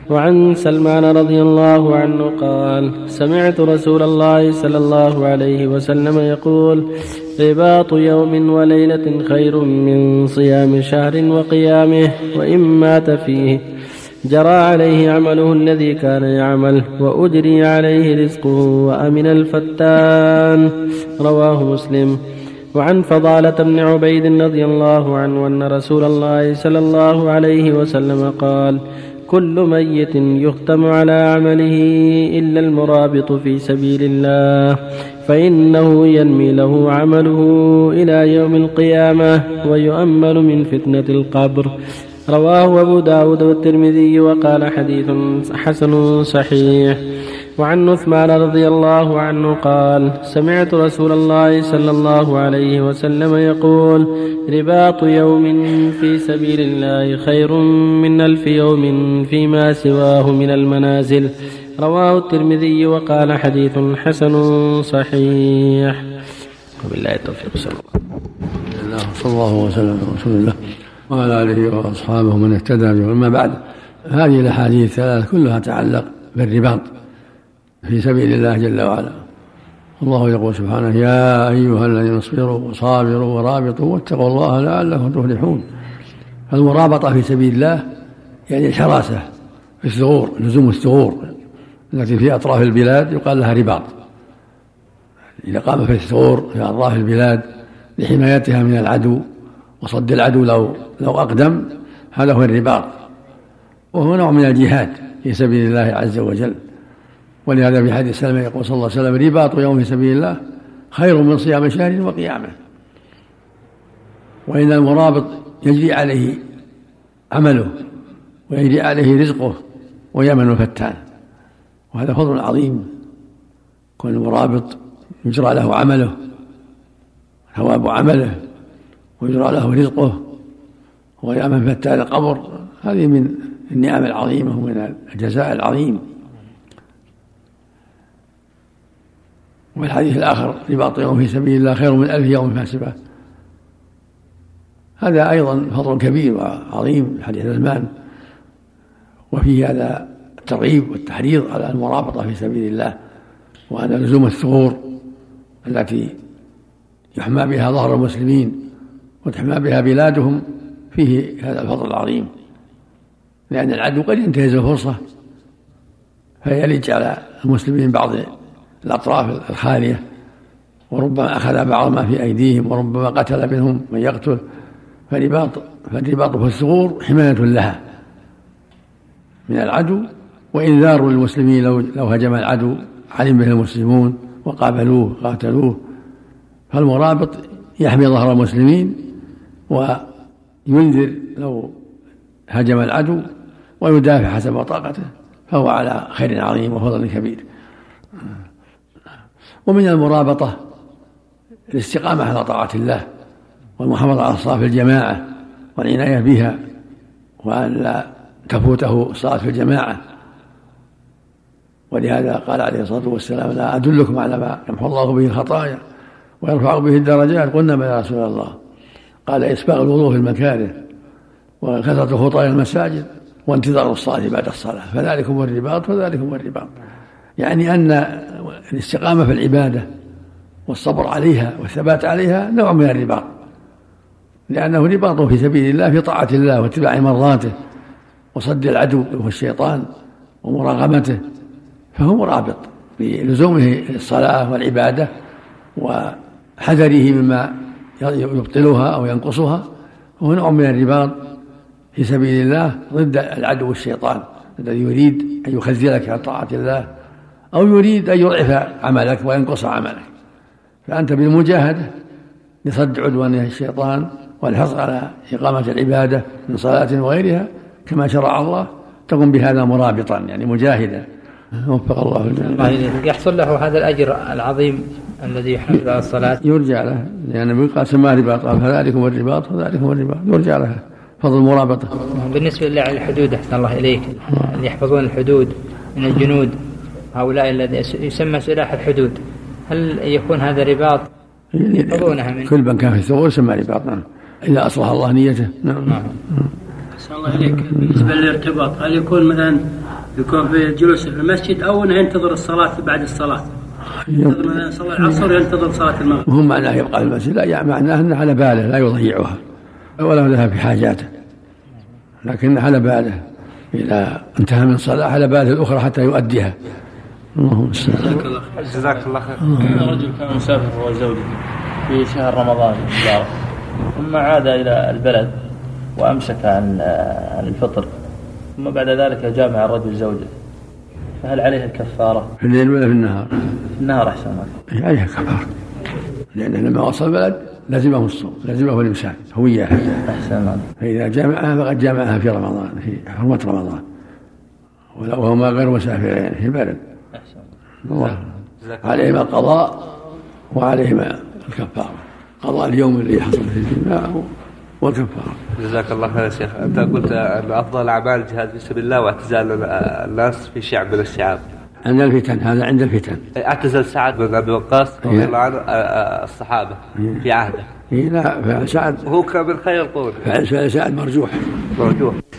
وعن سلمان رضي الله عنه قال: سمعت رسول الله صلى الله عليه وسلم يقول: رباط يوم وليلة خير من صيام شهر وقيامه، وإن مات فيه جرى عليه عمله الذي كان يعمل، وأجري عليه رزقه، وأمن الفتان. رواه مسلم. وعن فضالة بن عبيد رضي الله عنه أن رسول الله صلى الله عليه وسلم قال: كل ميت يختم على عمله إلا المرابط في سبيل الله، فإنه ينمي له عمله إلى يوم القيامة، ويؤمل من فتنة القبر. رواه أبو داود والترمذي وقال: حديث حسن صحيح. وعن عثمان رضي الله عنه قال: سمعت رسول الله صلى الله عليه وسلم يقول: رباط يوم في سبيل الله خير من 1000 يوم فيما سواه من المنازل. رواه الترمذي وقال: حديث حسن صحيح. وبالله التوفيق. صلى الله وسلم على رسول الله وعلى آله وأصحابه من اهتدى به. أما بعد، هذه الأحاديث الثلاث كلها تتعلق بالرباط في سبيل الله جل وعلا. الله يقول سبحانه: يا أيها الذين اصبروا وصابروا ورابطوا واتقوا الله لعلكم تفلحون. فالمرابطة في سبيل الله يعني الحراسة في الثغور، لزوم الثغور التي في أطراف البلاد يقال لها رباط. إذا قام في الثغور في أطراف البلاد لحمايتها من العدو وصد العدو لو أقدم، هذا هو الرباط، وهو نوع من الجهاد في سبيل الله عز وجل. ولهذا في حديث سلمة يقول صلى الله عليه وسلم: رباط يوم في سبيل الله خير من صيام شهر وقيامه. وإن المرابط يجري عليه عمله ويجري عليه رزقه ويأمن الفتان، وهذا فضل عظيم. كون المرابط يجرى له عمله، ثواب عمله، ويجرى له رزقه، ويأمن فتان القبر، هذه من النعم العظيمة ومن الجزاء العظيم. والحديث الآخر: رباط يوم في سبيل الله خير من 1000 يوم فيما سواه. هذا أيضا فضل كبير وعظيم، حديث سلمان، وفيه هذا الترغيب والتحريض على المرابطة في سبيل الله، وأن لزوم الثغور التي يحمى بها ظهر المسلمين وتحمى بها بلادهم فيه هذا الفضل العظيم، لأن العدو قد ينتهز الفرصة فيلج على المسلمين بعض الأطراف الخالية، وربما أخذ بعض ما في أيديهم، وربما قتل منهم من يقتل. فالرباط في الثغور حماية لها من العدو وإنذار للمسلمين لو هجم العدو علم به المسلمون وقابلوه قاتلوه. فالمرابط يحمي ظهر المسلمين وينذر لو هجم العدو ويدافع حسب طاقته، فهو على خير عظيم وفضل كبير. ومن المرابطة الاستقامة على طاعة الله والمحافظة على الصلاة في الجماعة والعناية بها، وأن لا تفوته الصلاة في الجماعة. ولهذا قال عليه الصلاة والسلام: لا أدلكم على ما يمحو الله به الخطايا ويرفع به الدرجات؟ قلنا: ما يا رسول الله؟ قال: إسباغ الوضوء في المكاره، وكثرة الخطى إلى المساجد، وانتظار الصلاة بعد الصلاة، فذلكم هو الرباط وذلكم هو الرباط. يعني أن الاستقامة في العبادة والصبر عليها والثبات عليها نوع من الرباط، لأنه رباط في سبيل الله في طاعة الله واتباع مرضاته وصد العدو والشيطان ومراغمته، فهو مرابط بلزومه الصلاة والعبادة وحذره مما يبطلها أو ينقصها، وهو نوع من الرباط في سبيل الله ضد العدو والشيطان الذي يريد أن يخذلك عن طاعة الله أو يريد أن يضعف عملك وينقص عملك. فأنت بالمجاهدة لصد عدوان الشيطان والحرص على إقامة العبادة من صلاة وغيرها كما شرع الله تقوم بهذا مرابطا، يعني مجاهدا. وفق الله الجميع. يحصل له هذا الأجر العظيم الذي يحافظ على الصلاة، يرجع له، لأنه يقال سماه رباط، فذلكم الرباط وذلكم الرباط، يرجع له فضل المرابطة. بالنسبة للحدود أحسن الله إليك، اللي يحفظون الحدود من الجنود، هؤلاء الذي يسمى سلاح الحدود، هل يكون هذا رباط يحفظونها من كل من كان في الثغور يسمى رباط؟ نعم، إذا أصلح الله نيته. نعم. أحسن الله إليك. بالنسبة للارتباط، هل يكون مثلا يكون في الجلوس في المسجد أو أنه ينتظر الصلاة بعد الصلاة، ينتظر صلاة العصر وينتظر صلاة المغرب. وهم معناه يبقى في المسجد، لا يعني معناه أنه على باله لا يضيعها ولا لها في حاجاته، لكن على باله إذا انتهى من صلاة على باله الأخرى حتى يؤديها. اللهم صل على جزاك الله خير. رجل كان مسافر هو وزوجته في شهر رمضان المبارك، ثم عاد إلى البلد وأمسك عن الفطر، ثم بعد ذلك جامع الرجل زوجته، فهل عليه الكفارة؟ في الليل ولا في النهار؟ في النهار أحسن الله. عليه كفارة، لأنه لما وصل البلد لزمه الصوم، لزمه الإمساك هو إياها. أحسن الله. فإذا جامعها فقد جامعها في رمضان، في حرمة رمضان، وهما غير مسافرين في البلد. أحسن الله. عليهما القضاء وعليهما الكفارة، قضاء اليوم اللي حصل في الجماع والكفارة. جزاك الله خير يا شيخ. أنت قلت أن أفضل الأعمال الجهاد في سبيل الله واعتزال الناس في شعب من الشعاب. عند الفتن، هذا عند الفتن. اعتزل سعد بن أبي وقاص رضي الله عنه الصحابة في عهده. لا، فعل سعد هو كان من خير القرون. فعل سعد مرجوح.